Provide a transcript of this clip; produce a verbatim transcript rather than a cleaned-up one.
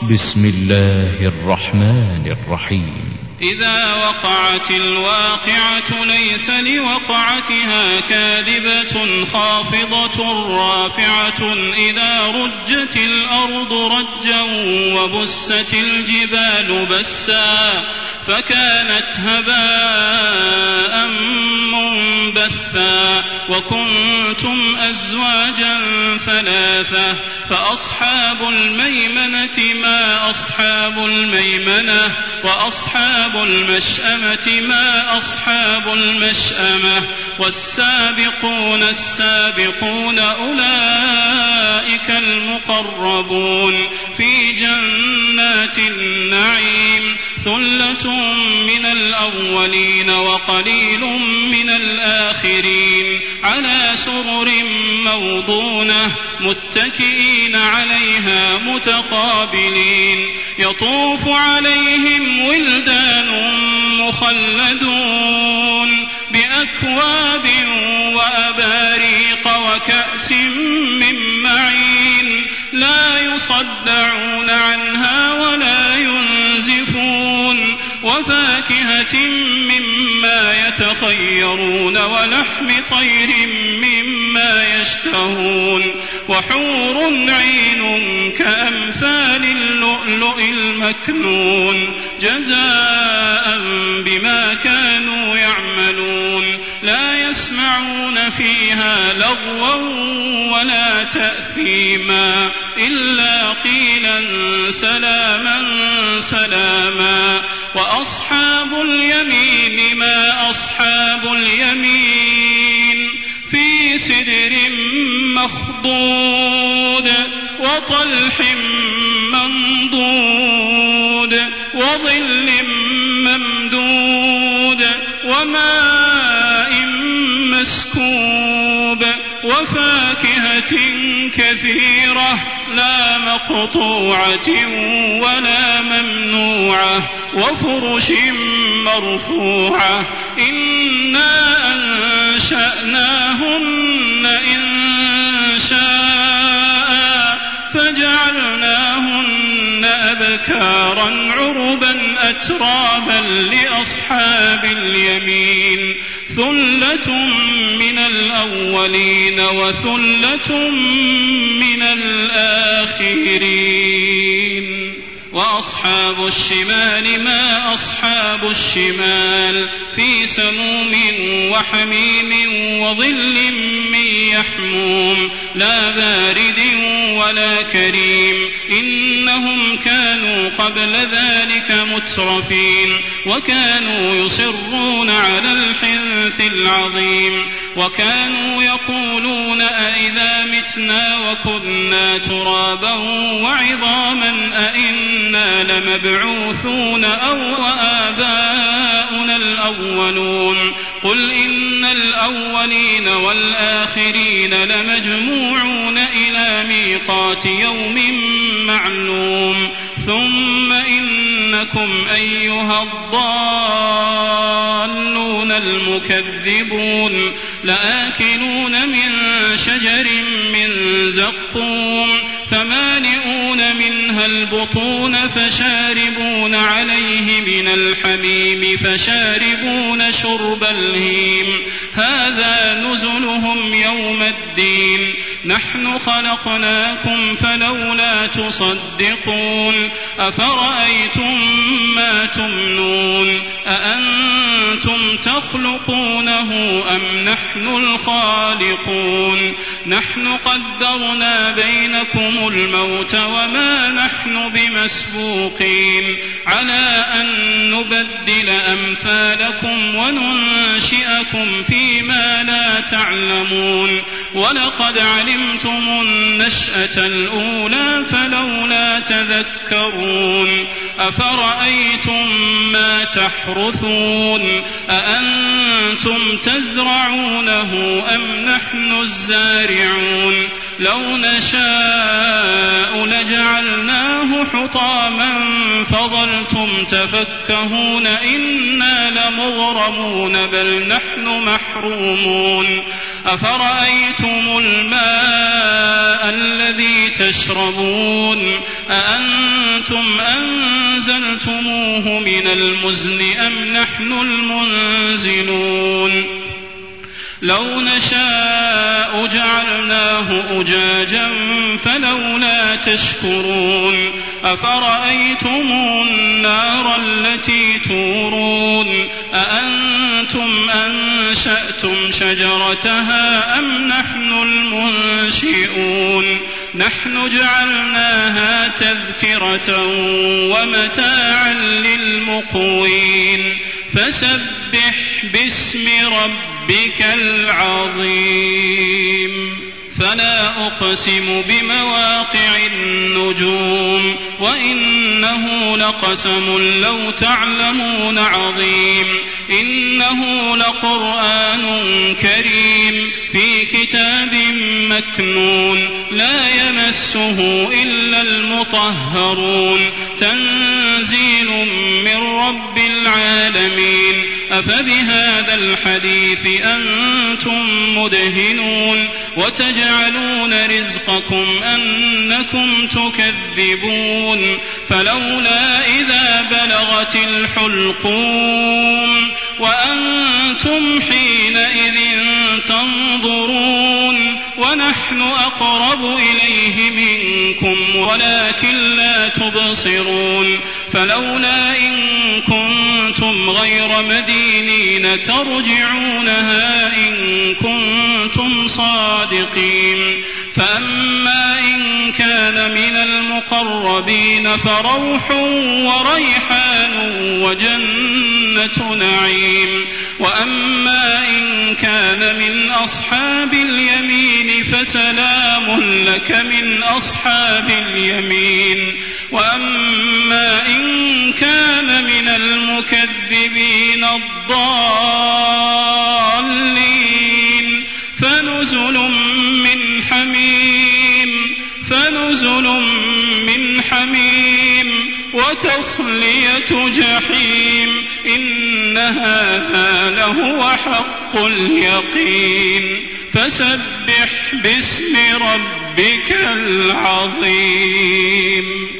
بسم الله الرحمن الرحيم. إذا وقعت الواقعة ليس لوقعتها كاذبة خافضة رافعة إذا رجت الأرض رجا وبست الجبال بسا فكانت هباء منبثا وكنتم أزواجا ثلاثة فأصحاب الميمنة ما أصحاب الميمنة وأصحاب المشأمة ما أصحاب المشأمة والسابقون السابقون أولئك المقربون في جنات النعيم ثلة من الأولين وقليل من الآخرين على سرر موضونة متكئين عليها متقابلين يطوف عليهم ولدان مخلدون بأكواب وأباريق وكأس من معين لا يصدعون عنها ولا ينزفون وفاكهة مما يتخيرون ولحم طير مما يشتهون وحور عين كأمثال اللؤلؤ المكنون جزاء بما كانوا يعملون لا يسمعون فيها لغوا ولا تأثيما إلا قيلا سلاما سلاما وأصحاب اليمين ما أصحاب اليمين في سدر مخضود وطلح منضود وظل ممدود وماء مسكوب وفاكهة كثيرة لا مقطوعة ولا ممنوعة وفرش مرفوعة إنا أنشأناهن إن شاء فجعلناهن أبكارا عربا أترابا لأصحاب اليمين ثلة من الأولين وثلة من الآخرين وأصحاب الشمال ما أصحاب الشمال في سموم وحميم وظل من يحموم لا بارد ولا كريم إنهم كانوا قبل ذلك مترفين وكانوا يصرون على الحنث العظيم وكانوا يقولون أئذا متنا وكنا ترابا وعظاما أئنا لمبعوثون أو آباؤنا الأولون قل إن الأولين والآخرين لمجموعون إلى ميقات يوم معلوم ثم إنكم أيها الضالون المكذبون لآكلون من شجر من زقوم فمالئون منها البطون فشاربون عليه من الحميم فشاربون شرب الهيم هذا نزلهم يوم الدين نحن خلقناكم فلولا تصدقون أفرأيتم ما تمنون أأنتم تخلقونه أم نحن الخالقون نحن قدرنا بينكم الموت وما نحن بمسبوقين على أن نبدل أمثالكم وننشئكم فيما لا تعلمون ولقد علمتم النشأة الأولى فلولا تذكرون أفرأيتم ما تحرثون أأنتم تزرعونه أم نحن الزارعون لو نشاء لجعلناه حطاما فظلتم تفكهون إنا لمغرمون بل نحن محرومون أفرأيتم الماء الذي تشربون أأنتم أنزلتموه من المزن أم نحن المنزلون لو نشاء جعلناه أجاجا فلولا تشكرون أفرأيتم النار التي تورون أأنتم أنشأتم شجرتها أم نحن المنشئون نحن جعلناها تذكرة ومتاعا للمقوين فسبح باسم ربك العظيم فلا أقسم بمواقع النجوم وإنه لقسم لو تعلمون عظيم إنه لقرآن كريم في كتاب مكنون لا يمسه إلا المطهرون تنزيل من رب العالمين أفبهذا الحديث أنتم مدهنون وتجعلون رزقكم أنكم تكذبون فلولا إذا بلغت الحلقوم وأنتم حينئذ تنظرون ونحن أقرب إليه منكم ولكن لا تبصرون فلولا إن كنتم غير مدينين ترجعونها إن كنتم صادقين فأما إن كان من المقربين فروح وريحان وجنة نعيم وأما إن كان من أصحاب اليمين فسلام لك من أصحاب اليمين وأما إن كان من المكذبين الضالين فنزل من حميم فنزل من حميم وتصلية جحيم إن هذا لهو حق اليقين فسبح باسم ربك العظيم